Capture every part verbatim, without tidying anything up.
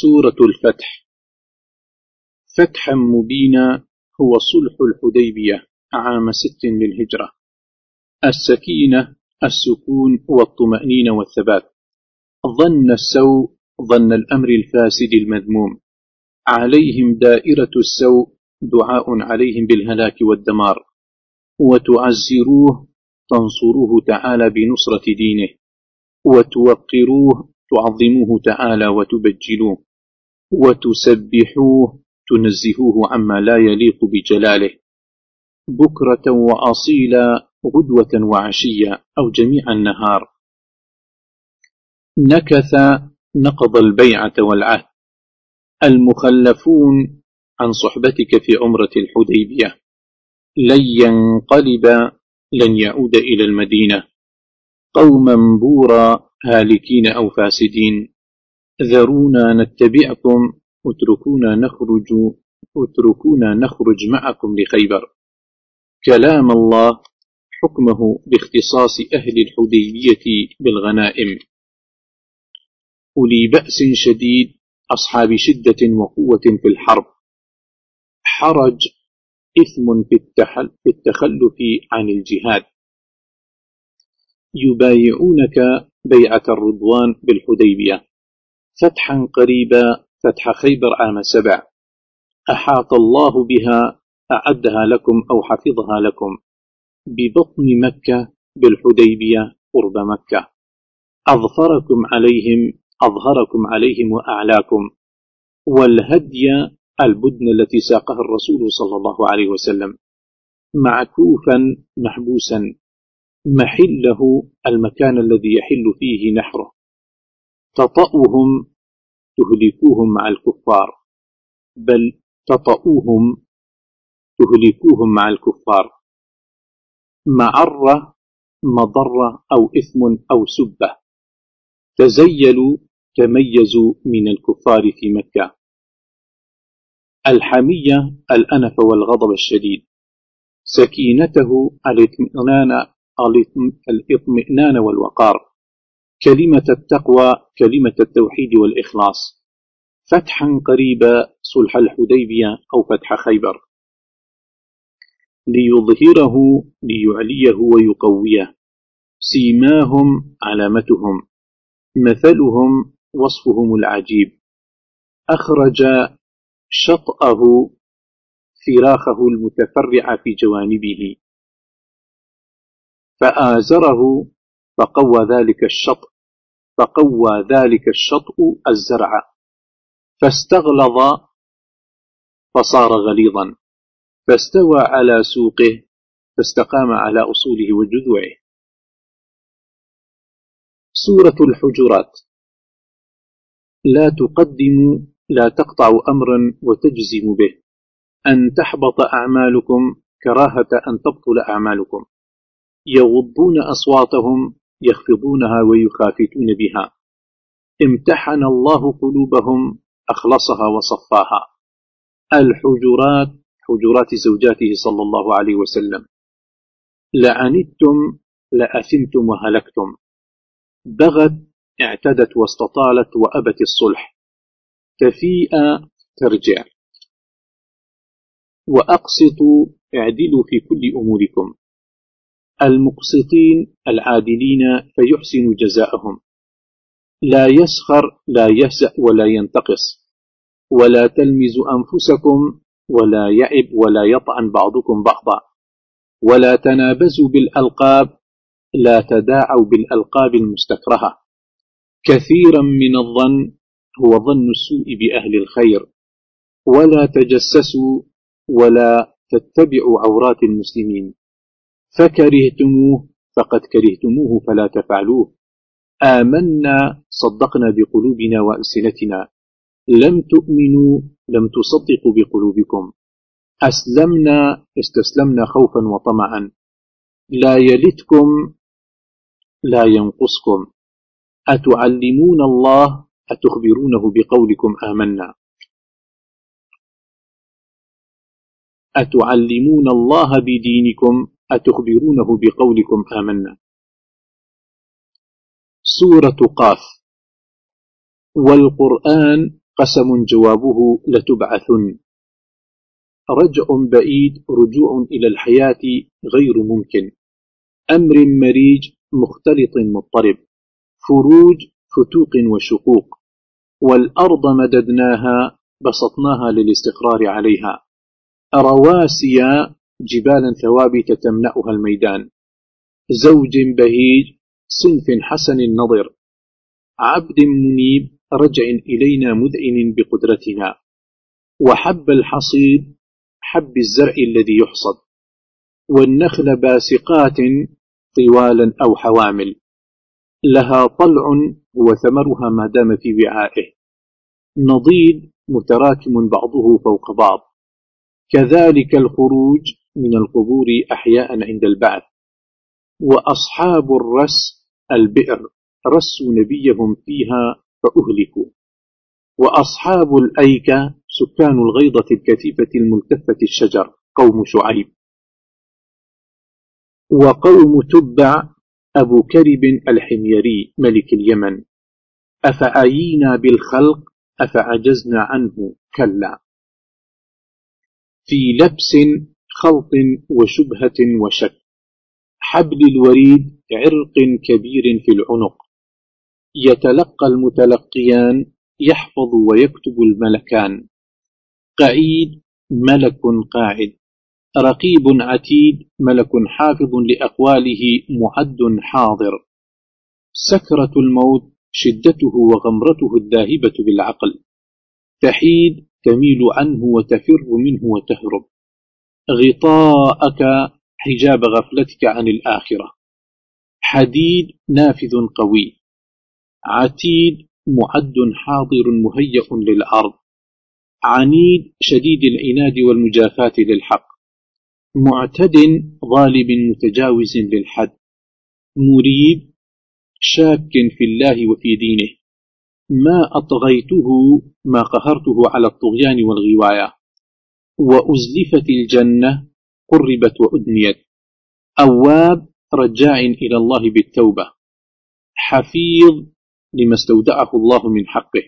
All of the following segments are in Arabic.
سورة الفتح. فتحا مبينا هو صلح الحديبية عام ست للهجرة. السكينة السكون والطمأنينة والثبات. ظن السوء ظن الأمر الفاسد المذموم. عليهم دائرة السوء دعاء عليهم بالهلاك والدمار، وتعزروه تنصروه تعالى بنصرة دينه، وتوقروه تعظموه تعالى وتبجلوه، وتسبحوه تنزهوه عما لا يليق بجلاله، بكرة وأصيلا غدوة وعشيا أو جميع النهار. نكث نقض البيعة والعهد المخلفون عن صحبتك في عمرة الحديبية، لن ينقلب لن يعود إلى المدينة، قوما بورا هالكين أو فاسدين، ذرونا نتبعكم اتركونا نخرج اتركونا نخرج معكم لخيبر. كلام الله حكمه باختصاص أهل الحديبية بالغنائم. أولي بأس شديد أصحاب شدة وقوة في الحرب. حرج إثم في التخلف عن الجهاد. يبايعونك بيعة الرضوان بالحديبية. فتحا قريبا فتح خيبر عام سبع، أحاط الله بها أعدها لكم أو حفظها لكم، ببطن مكة بالحديبية قرب مكة. أظفركم عليهم أظهركم عليهم وأعلاكم. والهدي البدن التي ساقها الرسول صلى الله عليه وسلم، معكوفا محبوسا، محله المكان الذي يحل فيه نحره. تطأهم تهلكوهم مع الكفار، بل تطأوهم تهلكوهم مع الكفار. معرة مضرة أو إثم أو سبة. تزيلوا تميزوا من الكفار في مكة. الحمية الأنف والغضب الشديد. سكينته الاطمئنان الاطمئنان والوقار. كلمة التقوى كلمة التوحيد والإخلاص. فتحا قريبا صلح الحديبية أو فتح خيبر. ليظهره ليعليه ويقويه. سيماهم علامتهم، مثلهم وصفهم العجيب. أخرج شطأه فراخه المتفرع في جوانبه، فآزره فقوى ذلك الشطء فقوى ذلك الشطء الزرع، فاستغلظ فصار غليظا، فاستوى على سوقه فاستقام على أصوله وجذوعه. سورة الحجرات. لا تقدموا لا تقطعوا أمرا وتجزم به، أن تحبط أعمالكم كراهة أن تبطل أعمالكم. يغضون أصواتهم يخفضونها ويخافتون بها. امتحن الله قلوبهم أخلصها وصفاها. الحجرات حجرات زوجاته صلى الله عليه وسلم. لعنتم لأثمتم وهلكتم. بغت اعتدت واستطالت وأبت الصلح. تفيء ترجع. وأقسطوا اعدلوا في كل أموركم. المقسطين العادلين فيحسن جزاءهم. لا يسخر لا يهزأ ولا ينتقص. ولا تلمزوا أنفسكم ولا يعب ولا يطعن بعضكم بعضا. ولا تنابزوا بالألقاب. لا تداعوا بالألقاب المستكرهة. كثيرا من الظن هو ظن السوء بأهل الخير. ولا تجسسوا ولا تتبعوا عورات المسلمين. فكرهتموه فقد كرهتموه فلا تفعلوه. آمنا صدقنا بقلوبنا وألسنتنا. لم تؤمنوا لم تصدقوا بقلوبكم. أسلمنا استسلمنا خوفا وطمعا. لا يلتكم لا ينقصكم. أتعلمون الله أتخبرونه بقولكم آمنا. أتعلمون الله بدينكم أتخبرونه بقولكم آمنا. سورة قاف. والقرآن قسم جوابه لتبعثن. رجع بعيد رجوع إلى الحياة غير ممكن. أمر مريج مختلط مضطرب. فروج فتوق وشقوق. والأرض مددناها بسطناها للاستقرار عليها. رواسي جبالا ثوابت تمنأها الميدان. زوج بهيج صنف حسن النظر. عبد منيب رجع إلينا مذعن بقدرتنا. وحب الحصيد حب الزرع الذي يحصد. والنخل باسقات طوالا أو حوامل لها طلع هو ثمرها ما دام في وعائه. نضيد متراكم بعضه فوق بعض. كذلك الخروج من القبور أحياء عند البعث. وأصحاب الرس البئر رسوا نبيهم فيها فأهلكوا. وأصحاب الأيكة سكان الغيضة الكثيفة الملتفة الشجر قوم شعيب. وقوم تبع أبو كرب الحميري ملك اليمن. أفعينا بالخلق أفعجزنا عنه كلا. في لبس خلط وشبهة وشك. حبل الوريد عرق كبير في العنق. يتلقى المتلقيان يحفظ ويكتب الملكان. قعيد ملك قاعد. رقيب عتيد ملك حافظ لأقواله معد حاضر. سكرة الموت شدته وغمرته الذاهبة بالعقل. تحيد تميل عنه وتفر منه وتهرب. غطاءك حجاب غفلتك عن الآخرة. حديد نافذ قوي. عتيد معد حاضر مهيأ للأرض. عنيد شديد العناد والمجافاة للحق. معتد ظالم متجاوز للحد. مريب شاك في الله وفي دينه. ما أطغيته ما قهرته على الطغيان والغواية. وأزلفت الجنة قربت وأدنيت. أواب رجاع إلى الله بالتوبة. حفيظ لما استودعه الله من حقه.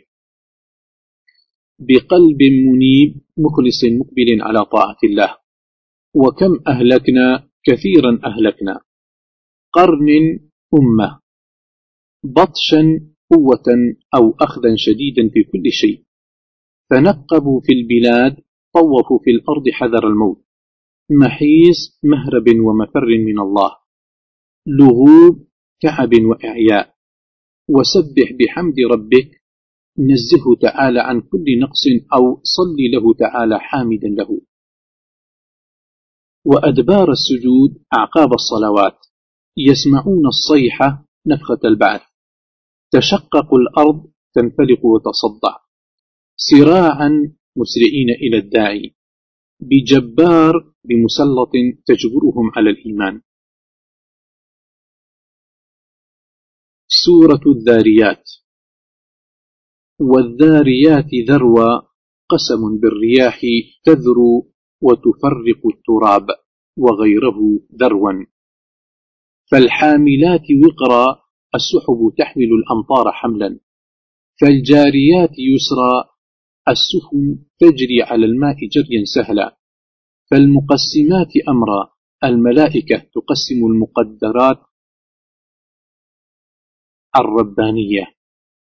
بقلب منيب مخلص مقبل على طاعة الله. وكم أهلكنا كثيرا أهلكنا. قرن أمة. بطشا قوة أو أخذا شديدا في كل شيء. تنقبوا في البلاد طوفوا في الأرض حذر الموت. محيص مهرب ومفر من الله. لغوب تعب وإعياء. وسبح بحمد ربك نزه تعالى عن كل نقص أو صل له تعالى حامدا له. وأدبار السجود أعقاب الصلوات. يسمعون الصيحة نفخة البعث. تشقق الأرض تنفلق وتصدع. سراعا مسرعين إلى الداعي. بجبار بمسلط تجبرهم على الإيمان. سورة الذاريات. والذاريات ذروى قسم بالرياح تذرو وتفرق التراب وغيره ذروا. فالحاملات وقرا السحب تحمل الأمطار حملا. فالجاريات يسرا السفن تجري على الماء جريا سهلا. فالمقسمات أمرا الملائكة تقسم المقدرات الربانية.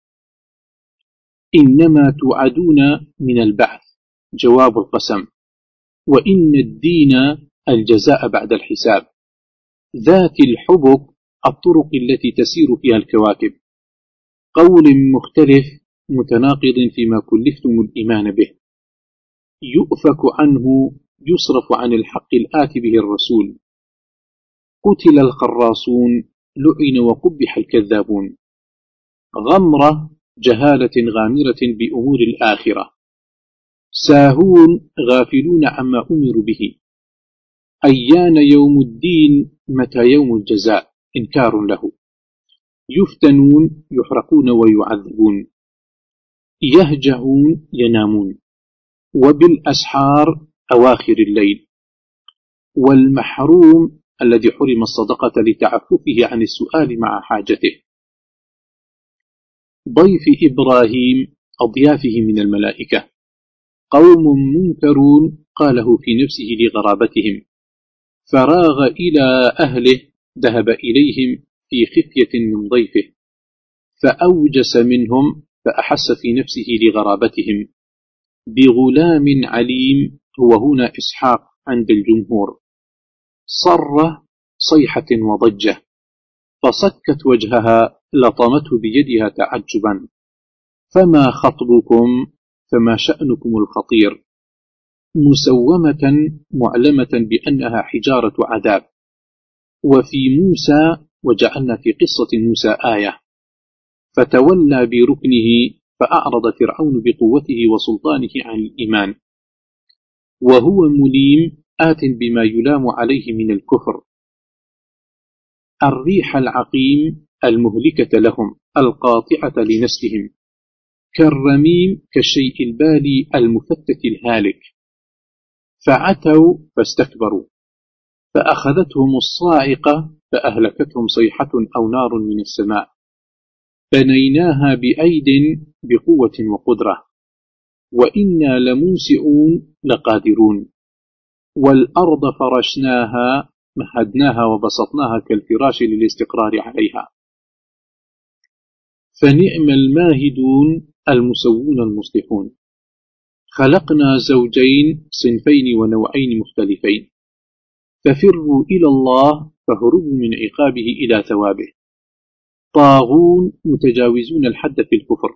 إنما توعدون من البعث جواب القسم. وإن الدين الجزاء بعد الحساب. ذات الحبك الطرق التي تسير فيها الكواكب. قول مختلف متناقض فيما كلفتم الإيمان به. يؤفك عنه يصرف عن الحق الآتي به الرسول. قتل الخراصون لعن وقبح الكذابون. غمرة جهالة غامرة بأمور الآخرة. ساهون غافلون عما أمروا به. أيان يوم الدين متى يوم الجزاء إنكار له. يفتنون يحرقون ويعذبون. يهجعون ينامون. وبالأسحار أواخر الليل. والمحروم الذي حرم الصدقة لتعففه عن السؤال مع حاجته. ضيف إبراهيم أضيافه من الملائكة. قوم منكرون قاله في نفسه لغرابتهم، فراغ إلى أهله ذهب إليهم في خفية من ضيفه، فأوجس منهم فأحس في نفسه لغرابتهم بغلام عليم، هو هنا إسحاق عند الجمهور. صر صيحة وضجة، فصكت وجهها لطمته بيدها تعجبا: فما خطبكم؟ فما شأنكم الخطير؟ مسومة معلمة بأنها حجارة عذاب. وفي موسى، وجعلنا في قصة موسى آية، فتولى بركنه فأعرض فرعون بقوته وسلطانه عن الإيمان، وهو مليم آت بما يلام عليه من الكفر. الريح العقيم المهلكة لهم القاطعة لنسلهم، كالرميم كالشيء البالي المفتت الهالك. فعتوا فاستكبروا فأخذتهم الصاعقة فأهلكتهم صيحة أو نار من السماء. بنيناها بأيد بقوة وقدرة، وإنا لموسئون لقادرون. والأرض فرشناها مهدناها وبسطناها كالفراش للاستقرار عليها. فنعم الماهدون المسوون المصلحون. خلقنا زوجين صنفين ونوعين مختلفين، ففروا إلى الله فهربوا من عقابه إلى ثوابه. طاغون متجاوزون الحد في الكفر،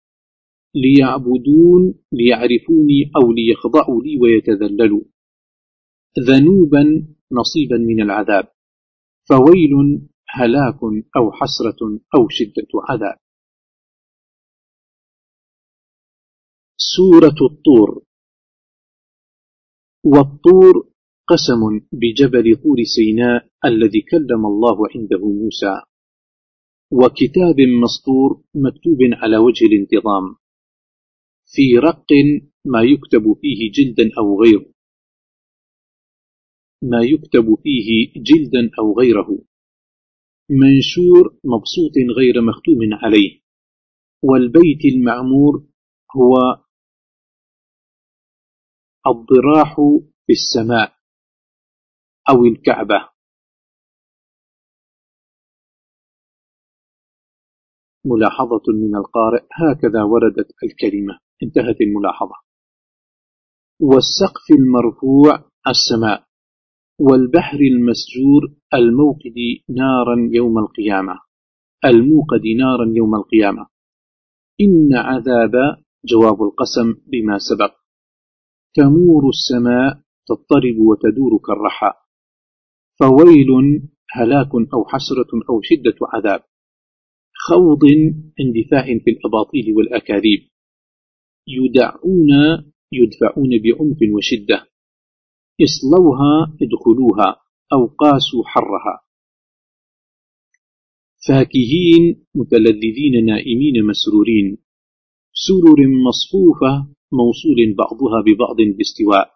ليعبدون ليعرفوني أو ليخضعوا لي ويتذللوا. ذنوبا نصيبا من العذاب، فويل هلاك أو حسرة أو شدة عذاب. سورة الطور. والطور قسم بجبل طور سيناء الذي كلم الله عنده موسى، وكتاب مسطور مكتوب على وجه الانتظام، في رق ما يكتب فيه جلدا أو غيره ما يكتب فيه جلدا أو غيره، منشور مبسوط غير مختوم عليه. والبيت المعمور هو الضراح في السماء أو الكعبة. ملاحظة من القارئ: هكذا وردت الكلمة، انتهت الملاحظة. والسقف المرفوع السماء. والبحر المسجور الموقد نارا يوم القيامة الموقد نارا يوم القيامة. إن عذاب جواب القسم بما سبق. تمور السماء تضطرب وتدور كالرحى. فويل هلاك أو حسرة أو شدة عذاب. خوض اندفاع في الأباطيل والأكاذيب. يدعون يدفعون بعنف وشدة. اصلوها ادخلوها أو قاسوا حرها. فاكهين متلذذين نائمين مسرورين. سرر مصفوفة موصول بعضها ببعض باستواء.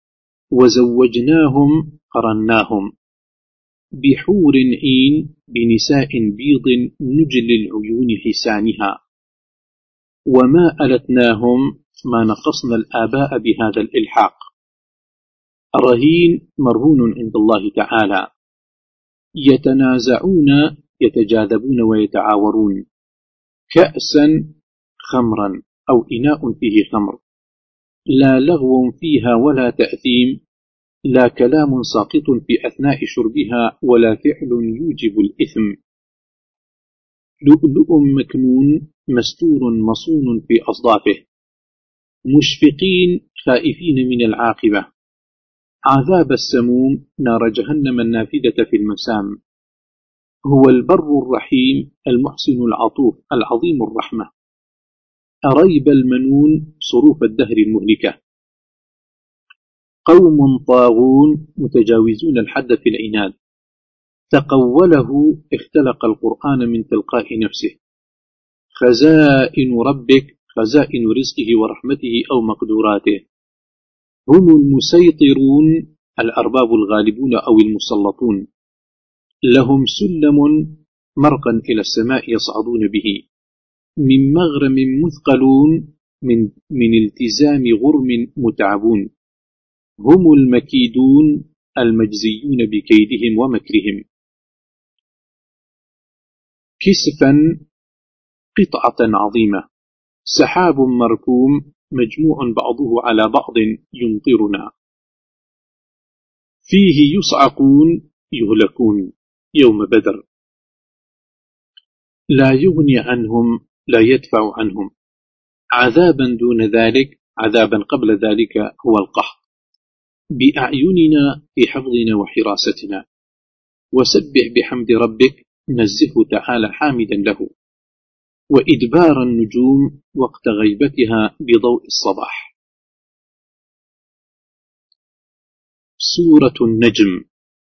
وزوجناهم قرناهم بحور عين بنساء بيض نجل العيون حسانها. وما ألتناهم ما نقصنا الآباء بهذا الإلحاق. رهين مرهون عند الله تعالى. يتنازعون يتجاذبون ويتعاورون. كأسا خمرا أو إناء فيه خمر. لا لغو فيها ولا تأثيم، لا كلام ساقط في أثناء شربها ولا فعل يوجب الإثم. لؤلؤ مكنون مستور مصون في أصدافه. مشفقين خائفين من العاقبة. عذاب السموم نار جهنم النافذة في المسام. هو البر الرحيم المحسن العطوف العظيم الرحمة. أريب المنون صروف الدهر المهلكة. قوم طاغون متجاوزون الحد في العناد. تقوله اختلق القرآن من تلقاء نفسه. خزائن ربك خزائن رزقه ورحمته أو مقدوراته. هم المسيطرون الأرباب الغالبون أو المسلطون. لهم سلم مرقا إلى السماء يصعدون به. من مغرم مثقلون من, من التزام غرم متعبون هم المكيدون المجزيون بكيدهم ومكرهم. كسفا قطعة عظيمة، سحاب مركوم مجموع بعضه على بعض يمطرنا، فيه يصعقون يهلكون يوم بدر، لا يغني عنهم لا يدفع عنهم عذابا دون ذلك، عذابا قبل ذلك هو القحط، بأعيننا في حفظنا وحراستنا. وسبح بحمد ربك، نزهه تعالى حامدا له، وإدبار النجوم وقت غيبتها بضوء الصباح. سورة النجم.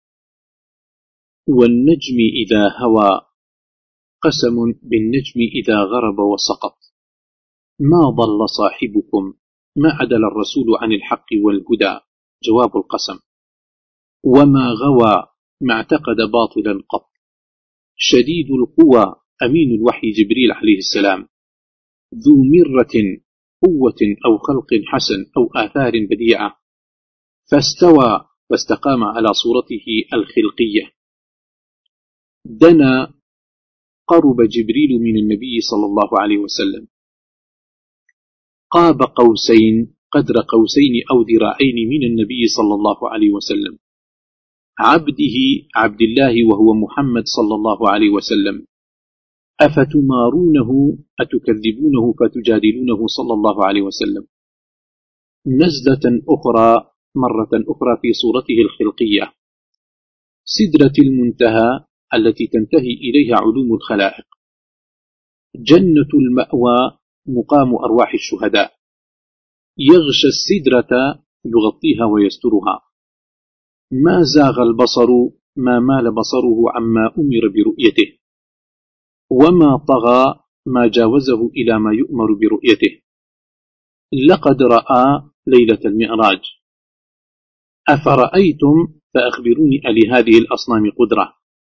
والنجم إذا هوى، قسم بالنجم إذا غرب وسقط، ما ضل صاحبكم ما عدل الرسول عن الحق والهدى، جواب القسم. وما غوى ما اعتقد باطلا قط، شديد القوى أمين الوحي جبريل عليه السلام، ذو مرة قوة أو خلق حسن أو آثار بديعة، فاستوى واستقام على صورته الخلقية. دنا قرب جبريل من النبي صلى الله عليه وسلم، قاب قوسين قدر قوسين أو ذراعين من النبي صلى الله عليه وسلم، عبده عبد الله وهو محمد صلى الله عليه وسلم. أفتمارونه أتكذبونه فتجادلونه صلى الله عليه وسلم. نزلة أخرى مرة أخرى في صورته الخلقية، سدرة المنتهى التي تنتهي إليها علوم الخلائق، جنة المأوى مقام أرواح الشهداء، يغشى السدرة يغطيها ويسترها، ما زاغ البصر ما مال بصره عما أمر برؤيته، وما طغى ما جاوزه إلى ما يؤمر برؤيته. لقد رأى ليلة المعراج. أفرأيتم فأخبروني ألهذه الأصنام قدرة.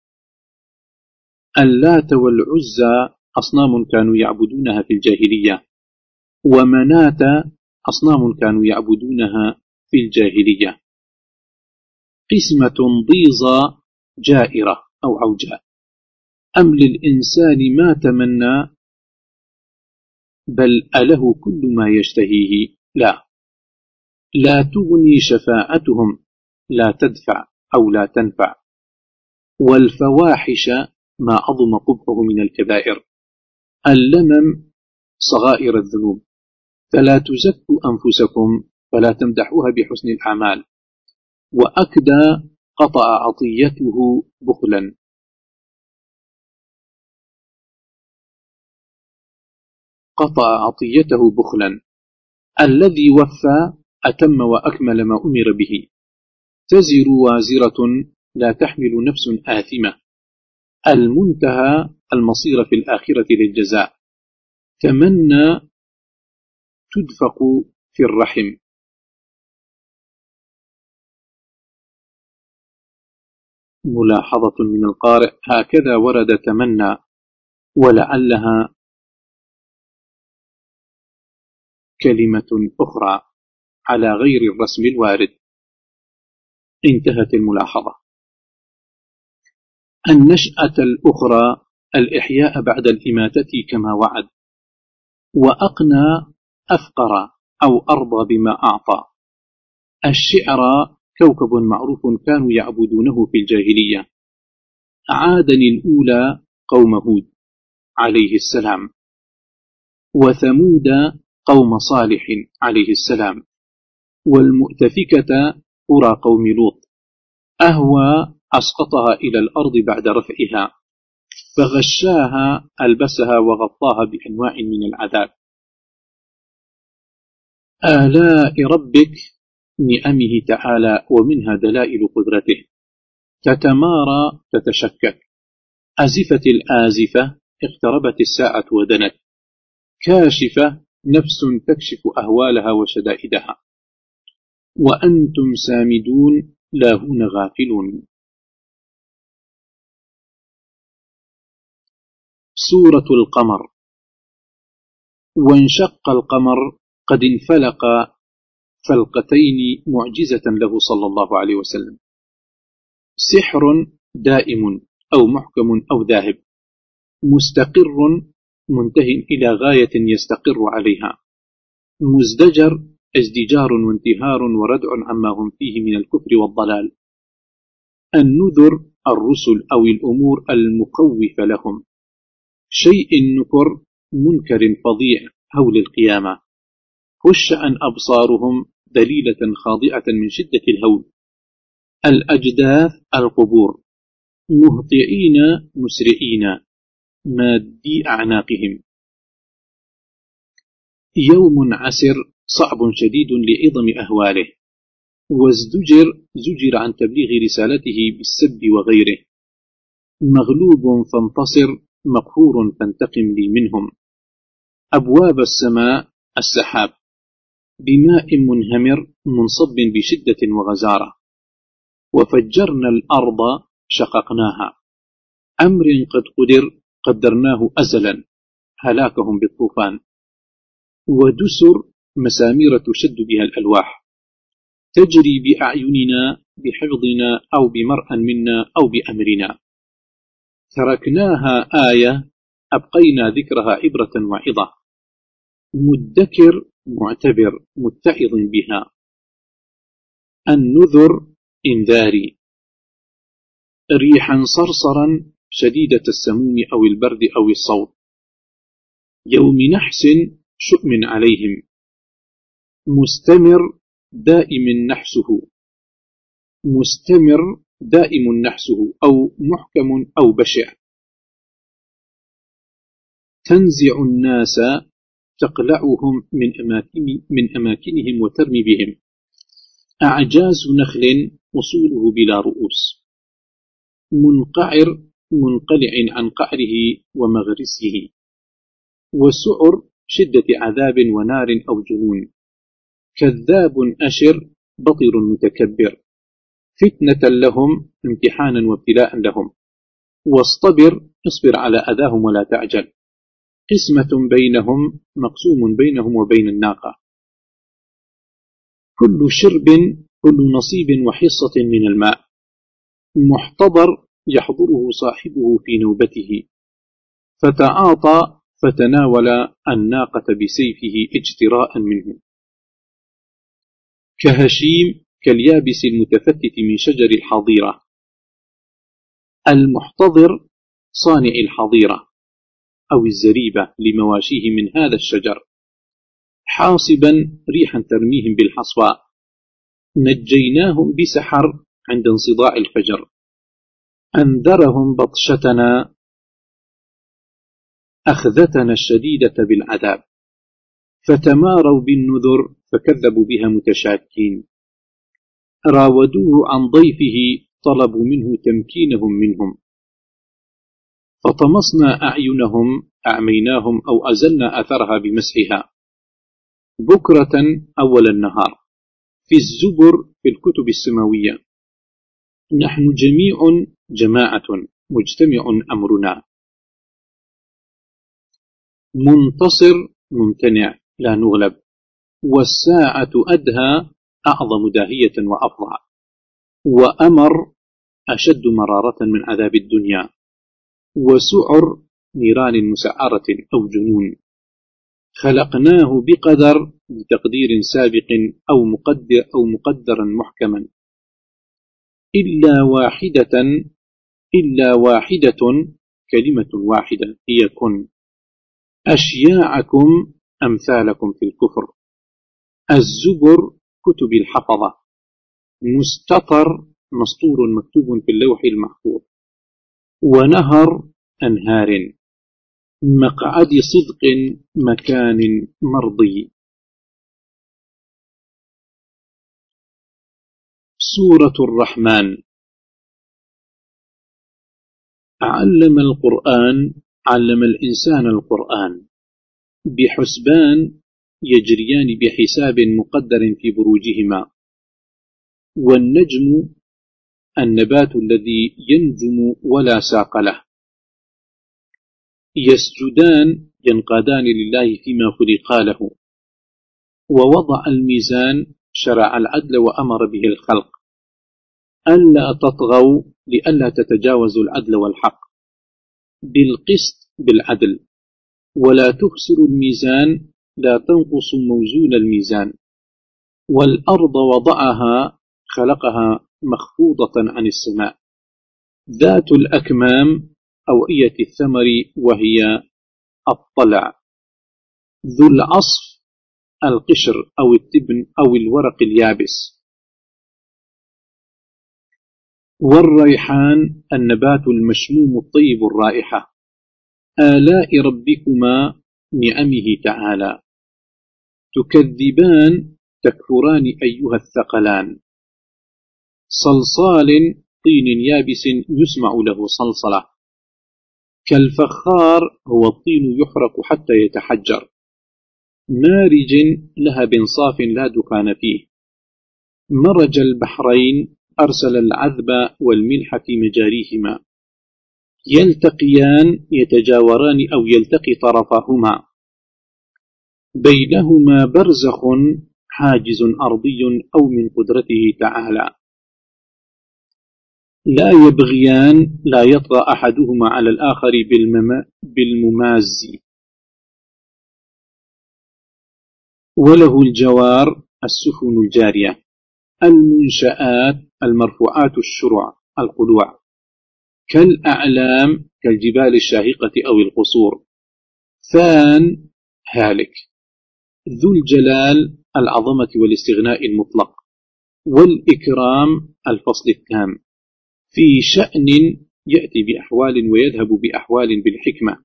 اللات والعزى أصنام كانوا يعبدونها في الجاهلية، ومناة أصنام كانوا يعبدونها في الجاهلية. قسمة ضيزى جائرة أو عوجاء، أم للإنسان ما تمنى، بل أله كل ما يشتهيه. لا لا تغني شفاعتهم، لا تدفع أو لا تنفع. والفواحش ما عظم قبحه من الكبائر، اللمم صغائر الذنوب. فلا تزكوا أنفسكم فلا تمدحوها بحسن الأعمال. وأكدى قطع عطيته بخلا. قطع عطيته بخلا، الذي وفى أتم وأكمل ما أمر به. تزر وازرة لا تحمل نفس آثمة، المنتهى المصير في الآخرة للجزاء. تمنى تدفق في الرحم. ملاحظة من القارئ: هكذا ورد تمنى، ولعلها كلمة أخرى على غير الرسم الوارد. انتهت الملاحظة. النشأة الأخرى الإحياء بعد الإماتة كما وعد. وأقنى أفقر أو أرضى بما أعطى. الشعر كوكب معروف كانوا يعبدونه في الجاهلية. عادا الأولى قوم هود عليه السلام، وثمود قوم صالح عليه السلام، والمؤتفكة قرى قوم لوط. أهوى أسقطها إلى الأرض بعد رفعها، فغشاها ألبسها وغطاها بأنواع من العذاب. آلاء ربك نعمه تعالى، ومنها دلائل قدرته. تتمارى تتشكك، أزفت الآزفة اقتربت الساعة ودنت، كاشفة نفس تكشف أهوالها وشدائدها. وأنتم سامدون لاهون غافلون. سورة القمر. وانشق القمر قد انفلق فلقتين معجزة له صلى الله عليه وسلم. سحر دائم أو محكم أو ذاهب، مستقر منتهٍ إلى غاية يستقر عليها، مزدجر ازدجار وانتهار وردع عما هم فيه من الكفر والضلال. النذر الرسل أو الأمور المخوفة لهم، شيء نكر منكر فظيع هول القيامة، خش عن أبصارهم دليلة خاضئة من شدة الهول. الأجداث القبور، مهطئين مسرعين مادي أعناقهم. يوم عسر صعب شديد لعظم أهواله، وازدجر زجر عن تبليغ رسالته بالسب وغيره. مغلوب فانتصر، مقهور فانتقم لي منهم. أبواب السماء السحاب، بماء منهمر منصب بشدة وغزارة. وفجرنا الأرض شققناها، أمر قد قدر قدرناه أزلا، هلاكهم بالطوفان. ودسر مسامير تشد بها الألواح، تجري بأعيننا بحفظنا أو بمرأ منا أو بأمرنا. تركناها آية أبقينا ذكرها عبرة وعظة، مدكر معتبر متعظ بها. النذر إنذاري، ريحا صرصرا شديدة السموم أو البرد أو الصوت. يوم نحس شؤم عليهم، مستمر دائم نحسه، مستمر دائم نحسه أو محكم أو بشع. تنزع الناس تقلعهم من أماكن من أماكنهم وترمي بهم. أعجاز نخل أصوله بلا رؤوس، منقعر منقلع عن قعره ومغرسه. وسعر شدة عذاب ونار أو جنون. كذاب أشر بطر متكبر، فتنة لهم امتحانا وابتلاء لهم. واصطبر اصبر على أذاهم ولا تعجل، قسمة بينهم مقسوم بينهم وبين الناقة. كل شرب كل نصيب وحصة من الماء، محتضر يحضره صاحبه في نوبته. فتعاطى فتناول الناقة بسيفه اجتراء منه. كهشيم كاليابس المتفتت من شجر الحظيرة. المحتضر صانع الحظيرة أو الزريبة لمواشيه من هذا الشجر. حاصبا ريحا ترميهم بالحصواء. نجيناهم بسحر عند انصداع الفجر. أنذرهم بطشتنا أخذتنا الشديدة بالعذاب. فتماروا بالنذر فكذبوا بها متشاكين. راودوه عن ضيفه طلبوا منه تمكينهم منهم. فطمسنا أعينهم أعميناهم أو أزلنا أثرها بمسحها. بكرة أول النهار في الزبر في الكتب السماوية. نحن جميع جماعة مجتمع أمرنا. منتصر ممتنع لا نغلب. والساعة أدهى أعظم داهية وأفظع. وأمر أشد مرارة من عذاب الدنيا. وسعر نيران مسعرة أو جنون. خلقناه بقدر بتقدير سابق أو مقدر أو مقدرا محكما. إلا واحدة إلا واحدة كلمة واحدة هي كن. أشياعكم أمثالكم في الكفر. الزبر كتب الحفظة. مستطر مسطور مكتوب في اللوح المحفوظ. ونهر أنهار. مقعد صدق مكان مرضي. سورة الرحمن. علم القرآن علم الإنسان القرآن بحسبان يجريان بحساب مقدر في بروجهما. والنجم النبات الذي ينجم ولا ساق له. يسجدان ينقادان لله فيما خلقا له. ووضع الميزان شرع العدل وأمر به الخلق ألا تطغوا لئلا تتجاوزوا العدل والحق بالقسط بالعدل، ولا تخسروا الميزان لا تنقصوا موزون الميزان. والأرض وضعها خلقها مخفوضة عن السماء ذات الأكمام أوعية الثمر وهي الطلع، ذو العصف القشر أو التبن أو الورق اليابس. والريحان النبات المشموم الطيب الرائحة. آلاء ربكما نعمه تعالى. تكذبان تكفران أيها الثقلان. صلصال طين يابس يسمع له صلصلة. كالفخار هو الطين يحرق حتى يتحجر. مارج لهب صاف لا دخان فيه. مرج البحرين أرسل العذب والملح في مجاريهما. يلتقيان يتجاوران أو يلتقي طرفاهما. بينهما برزخ حاجز أرضي أو من قدرته تعالى. لا يبغيان لا يطغى أحدهما على الآخر بالمماز. وله الجوار السفن الجارية. المنشآت المرفوعات الشرع القلوع. كالأعلام كالجبال الشاهقة أو القصور. فان هالك. ذو الجلال العظمة والاستغناء المطلق. والإكرام الفصل التام. في شأن يأتي بأحوال ويذهب بأحوال بالحكمة.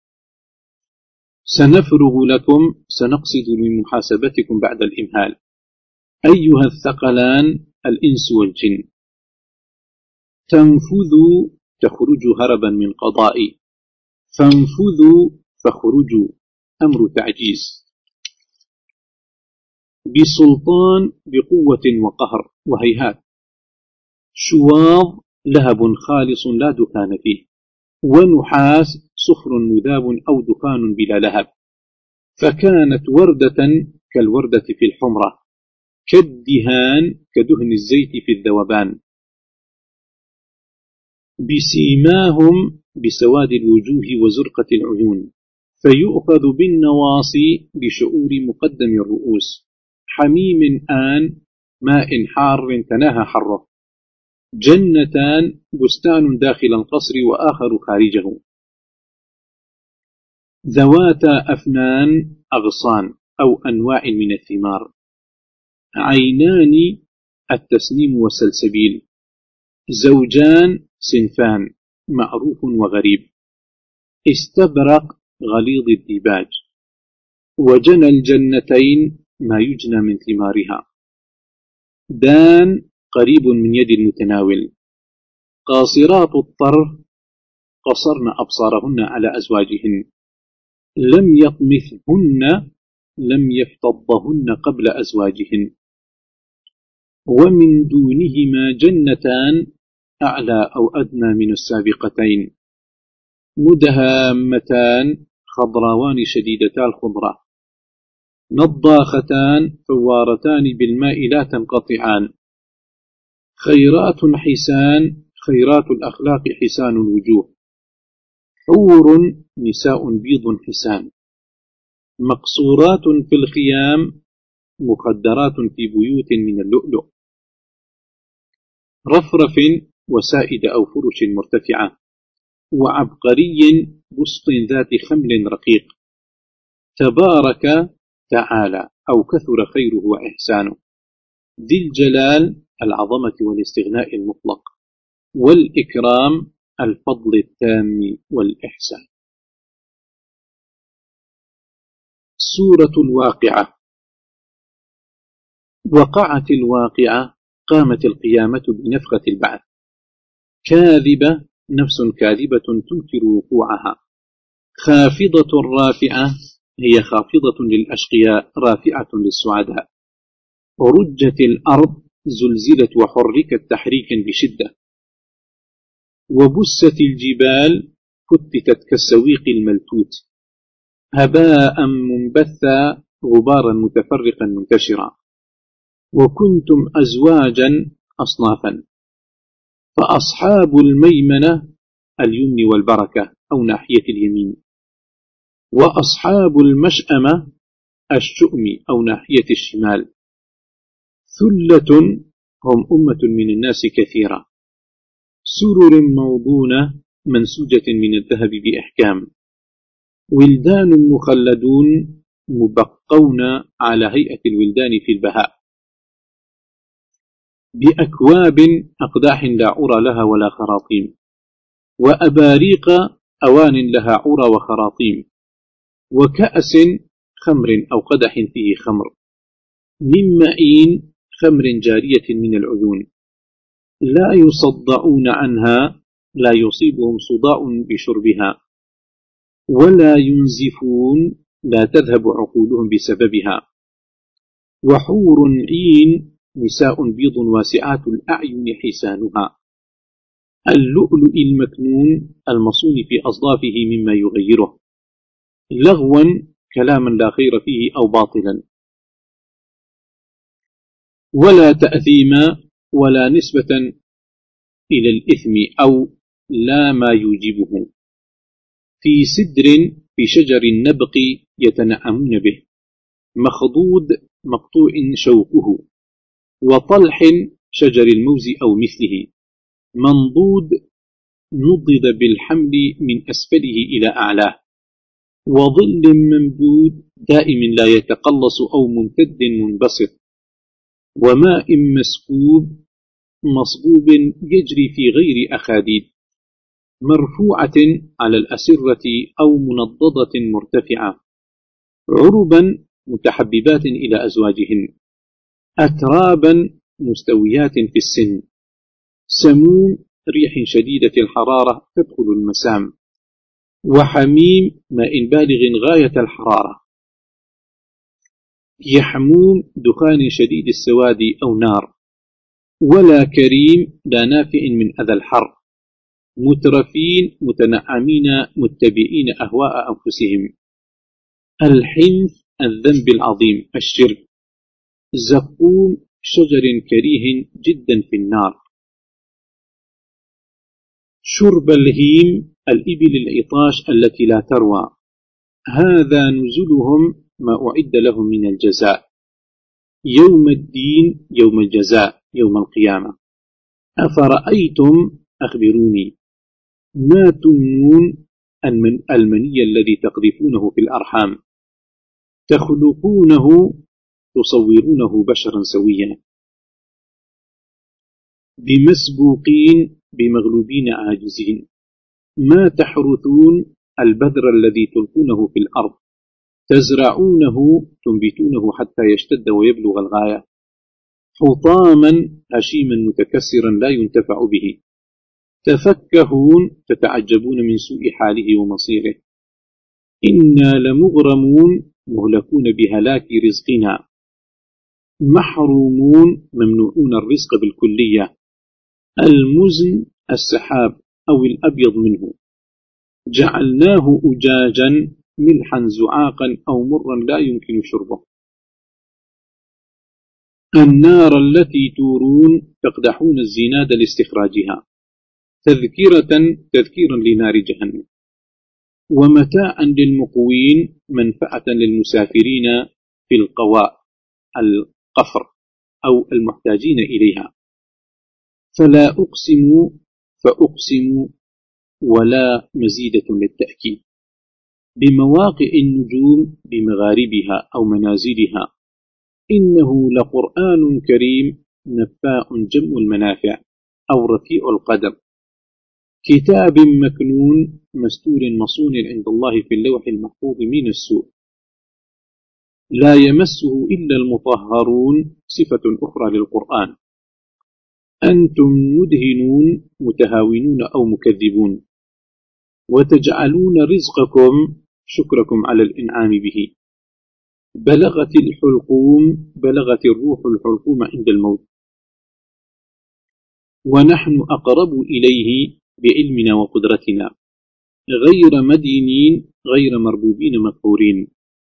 سنفرغ لكم سنقصد من محاسبتكم بعد الإمهال. أيها الثقلان الإنس والجن. تنفذوا تخرجوا هربا من قضائي. فانفذوا فخرجوا أمر تعجيز. بسلطان بقوة وقهر وهيهات. شواظ لهب خالص لا دخان فيه. ونحاس صفر مذاب أو دخان بلا لهب. فكانت وردة كالوردة في الحمرة. كالدهان كدهن الزيت في الذوبان. بسيماهم بسواد الوجوه وزرقة العيون. فيؤخذ بالنواصي بشعور مقدم الرؤوس. حميم آن ماء حار تناهى حره. جنتان بستان داخل القصر وآخر خارجه. ذواتا أفنان أغصان أو أنواع من الثمار. عينان التسنيم والسلسبيل. زوجان صنفان معروف وغريب. استبرق غليظ الديباج. وجنى الجنتين ما يجنى من ثمارها. دان قريب من يد المتناول. قاصرات الطرف قصرن أبصارهن على أزواجهن. لم يطمثهن لم يفتضهن قبل أزواجهن. ومن دونهما جنتان أعلى أو أدنى من السابقتين. مدهامتان خضراوان شديدتا الخضرة. نضاختان فوارتان بالماء لا تنقطعان. خيرات حسان خيرات الأخلاق حسان الوجوه. حور نساء بيض حسان. مقصورات في الخيام مخدرات في بيوت من اللؤلؤ. رفرف وسائد أو فرش مرتفعة. وعبقري بسط ذات خمل رقيق. تبارك تعالى أو كثر خيره وإحسانه. ذي الجلال العظمة والاستغناء المطلق. والإكرام الفضل التام والإحسان. سورة الواقعة. وقعت الواقعة قامت القيامة بنفخة البعث. كاذبة نفس كاذبة تنكر وقوعها. خافضة رافعة هي خافضة للأشقياء رافعة للسعداء. رجت الأرض زلزلت وحركت تحريكا بشدة. وبست الجبال فتتت كالسويق الملتوت. هباء منبثا غبارا متفرقا منتشرا. وكنتم أزواجا أصنافا، فأصحاب الميمنة اليمن والبركة أو ناحية اليمين، وأصحاب المشأمة الشؤم أو ناحية الشمال. ثلة هم أمة من الناس كثيرة، سرر موضونة منسوجة من الذهب بإحكام، ولدان مخلدون مبقون على هيئة الولدان في البهاء، بأكواب أقداح لا عرى لها ولا خراطيم، وأباريق أوان لها عرى وخراطيم، وكأس خمر أو قدح فيه خمر، من معين خمر جارية من العيون، لا يصدعون عنها، لا يصيبهم صداع بشربها، ولا ينزفون، لا تذهب عقولهم بسببها. وحور عين نساء بيض واسعات الأعين حسانها، اللؤلؤ المكنون المصون في أصدافه مما يغيره، لغوا كلاما لا خير فيه أو باطلا، ولا تأثيما ولا نسبة إلى الإثم أو لا ما يوجبه، في سدر في شجر النبق يتنعمون به، مخضود مقطوع شوكه، وطلح شجر الموز أو مثله، منضود نضد بالحمل من أسفله إلى أعلاه، وظل ممدود دائم لا يتقلص أو ممتد منبسط، وماء مسكوب مصبوب يجري في غير أخاديد، مرفوعة على الأسرة أو منضدة مرتفعة، عربا متحببات إلى أزواجهن، أترابا مستويات في السن، سموم ريح شديدة الحرارة تدخل المسام، وحميم ماء بالغ غاية الحرارة، يحموم دخان شديد السواد أو نار، ولا كريم لا نافع من أذى الحر، مترفين متنعمين متبعين أهواء أنفسهم، الحنث الذنب العظيم الشرك، زقوم شجر كريه جدا في النار، شرب الهيم الإبل العطاش التي لا تروى، هذا نزلهم ما أعد لهم من الجزاء، يوم الدين يوم الجزاء يوم القيامة. أفرأيتم أخبروني ما تمنون المني الذي تقذفونه في الأرحام، تخلقونه تصورونه بشرا سويا، بمسبوقين بمغلوبين عاجزين، ما تحرثون البذر الذي تلقونه في الأرض، تزرعونه تنبتونه حتى يشتد ويبلغ الغاية، حطاما هشيما متكسرا لا ينتفع به، تفكهون تتعجبون من سوء حاله ومصيره، إنا لمغرمون مهلكون بهلاك رزقنا، محرومون ممنوعون الرزق بالكلية، المزن السحاب أو الأبيض منه، جعلناه أجاجا ملحا زعاقا أو مرا لا يمكن شربه، النار التي تورون تقدحون الزناد لاستخراجها، تذكرة تذكيرا لنار جهنم، ومتاعا للمقوين منفعة للمسافرين في القواء القفر أو المحتاجين إليها، فلا أقسم فأقسم ولا مزيدة للتأكيد، بمواقع النجوم بمغاربها أو منازلها، إنه لقرآن كريم نفاء جم المنافع أو رفيع القدر، كتاب مكنون مستور مصون عند الله في اللوح المحفوظ من السوء، لا يمسه إلا المطهرون، صفة أخرى للقرآن، أنتم مدهنون متهاونون أو مكذبون، وتجعلون رزقكم شكركم على الإنعام به، بلغت الحلقوم بلغت الروح الحلقوم عند الموت، ونحن أقرب إليه بعلمنا وقدرتنا، غير مدينين غير مربوبين مقهورين.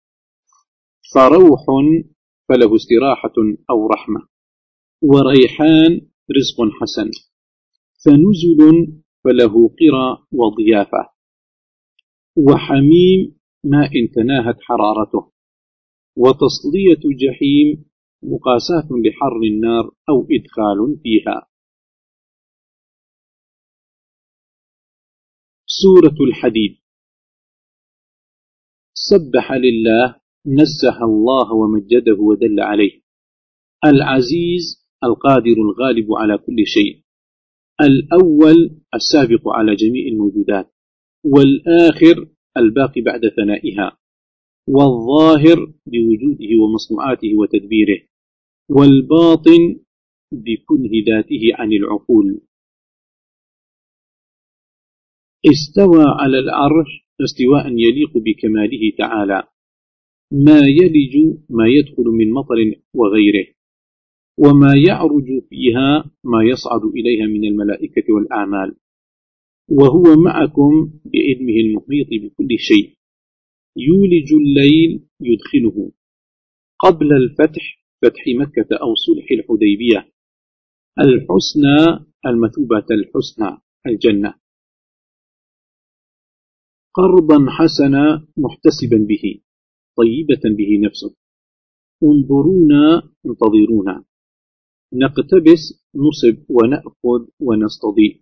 فروح فله استراحة أو رحمة، وريحان رزق حسن، فنزل فله قرى وضيافة، وحميم ماء تناهت حرارته، وتصلية جحيم مقاساة لحر النار أو إدخال فيها. سورة الحديد. سبح لله، نزه الله ومجده ودل عليه، العزيز القادر الغالب على كل شيء، الأول السابق على جميع الموجودات، والآخر الباقي بعد ثنائها، والظاهر بوجوده ومصنوعاته وتدبيره، والباطن بكنه ذاته عن العقول. استوى على العرش استواء يليق بكماله تعالى، ما يلج ما يدخل من مطر وغيره، وما يعرج فيها ما يصعد إليها من الملائكة والأعمال، وهو معكم بعلمه المحيط بكل شيء، يولج الليل يدخله قبل الفتح، فتح مكة أو صلح الحديبية، الحسنى المثوبة الحسنى الجنة، قرضا حسنا محتسبا به، طيبة به نفسه، انظرونا انتظرونا، نقتبس نصب ونأخذ ونستضيء،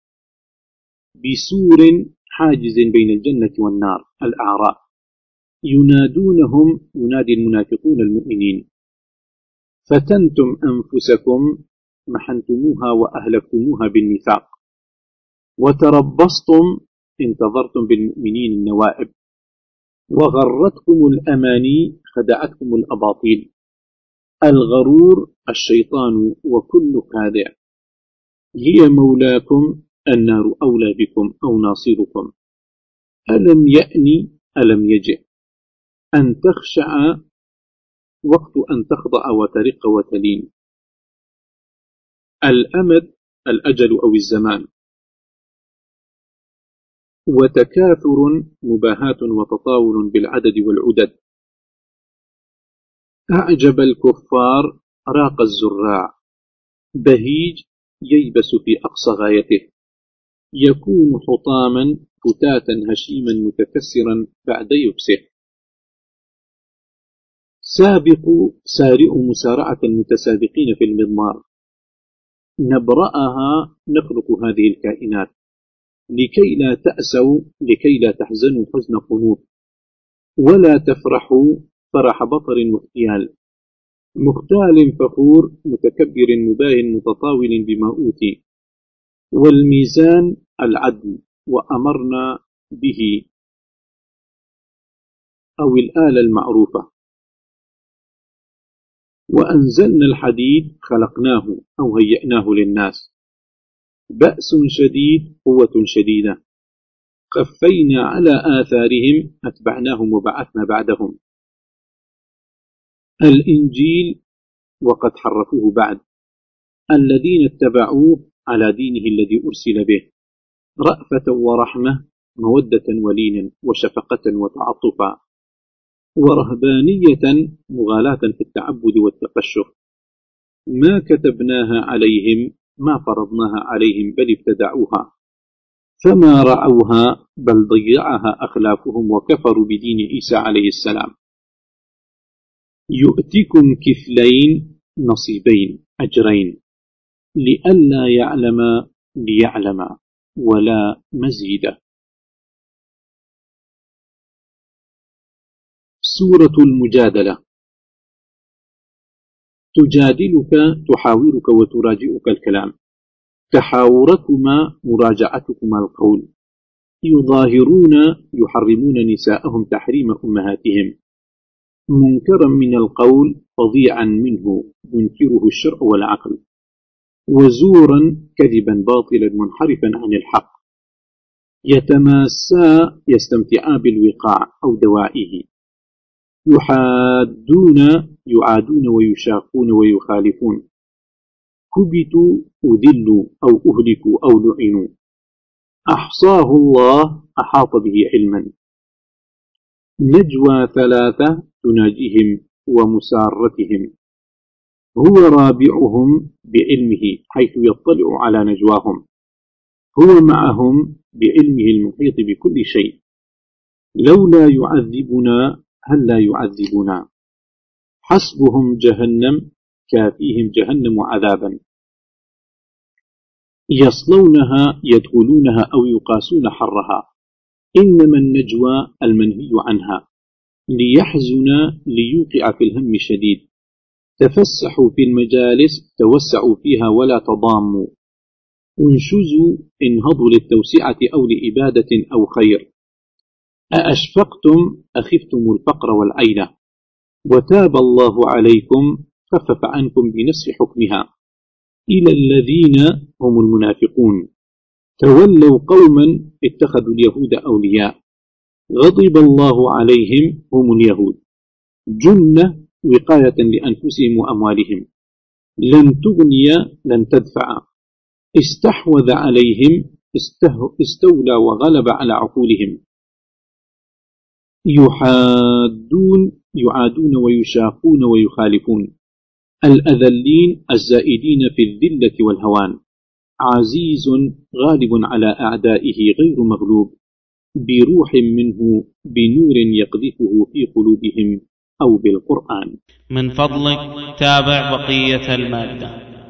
بسور حاجز بين الجنة والنار الأعراف، ينادونهم ينادي المنافقون المؤمنين، فتنتم أنفسكم محنتموها وأهلكتموها بالنفاق، وتربصتم انتظرتم بالمؤمنين النوائب، وغرتكم الأماني خدعتكم الأباطيل، الغرور الشيطان وكل خادع، هي مولاكم النار أولى بكم أو ناصركم، ألم يأني ألم يجئ أن تخشع وقت أن تخضع وترق وتلين. الأمد الأجل أو الزمان، وتكاثر مباهاة وتطاول بالعدد والعدد، أعجب الكفار راق الزراع، بهيج ييبس في أقصى غايته، يكون حطاما فتاتا هشيما متكسرا بعد يبسه، سابقوا سارئوا مسارعة المتسابقين في المضمار، نبرأها نخلق هذه الكائنات لكي لا تأسوا لكي لا تحزنوا حزن قنوط، ولا تفرحوا فرح بطر واختيال، مختال فخور متكبر مباه متطاول بما أوتي، والميزان العدل وأمرنا به أو الآلة المعروفة، وأنزلنا الحديد خلقناه أو هيئناه للناس، بأس شديد قوة شديدة، خفينا على آثارهم أتبعناهم وبعثنا بعدهم، الإنجيل وقد حرفوه بعد، الذين اتبعوه على دينه الذي أرسل به، رأفة ورحمة مودة ولينا وشفقة وتعطفا، ورهبانية مغالاة في التعبد والتقشف، ما كتبناها عليهم ما فرضناها عليهم بل ابتدعوها، فما رعوها بل ضيعها أخلافهم وكفروا بدين عيسى عليه السلام. يؤتكم كفلين نصيبين أجرين، لئلا يعلم ليعلم ولا مزيد. سورة المجادلة. تجادلك تحاورك وتراجعك الكلام، تحاوركما مراجعتكما القول، يظاهرون يحرمون نساءهم تحريم أمهاتهم، منكرا من القول فظيعا منه ينكره الشرع والعقل، وزورا كذبا باطلا منحرفا عن الحق، يتماسا يستمتعا بالوقاع أو دوائه، يحادون يعادون ويشاقون ويخالفون، كبتوا أذلوا أو أهلكوا أو لعنوا، أحصاه الله أحاط به علما. نجوى ثلاثة تناجيهم ومسارتهم، هو رابعهم بعلمه حيث يطلع على نجواهم، هو معهم بعلمه المحيط بكل شيء. لولا يعذبنا هل لا يعذبنا، حسبهم جهنم كافيهم جهنم عذابا، يصلونها يدخلونها أو يقاسون حرها. إنما النجوى المنهي عنها ليحزن ليوقع في الهم شديد. تفسحوا في المجالس توسعوا فيها ولا تضاموا، انشزوا انهضوا للتوسعة أو لإبادة أو خير. أأشفقتم أخفتم الفقر والعيلة، وتاب الله عليكم خفف عنكم بنسخ حكمها. إلى الذين هم المنافقون تولوا قوما اتخذوا اليهود أولياء، غضب الله عليهم هم اليهود، جنة وقاية لأنفسهم وأموالهم، لن تغني لن تدفع، استحوذ عليهم استولى وغلب على عقولهم. يحادون يعادون ويشاقون ويخالفون، الأذلين الزائدين في الذلة والهوان، عزيز غالب على أعدائه غير مغلوب، بروح منه بنور يقذفه في قلوبهم أو بالقرآن. من فضلك تابع بقية المادة.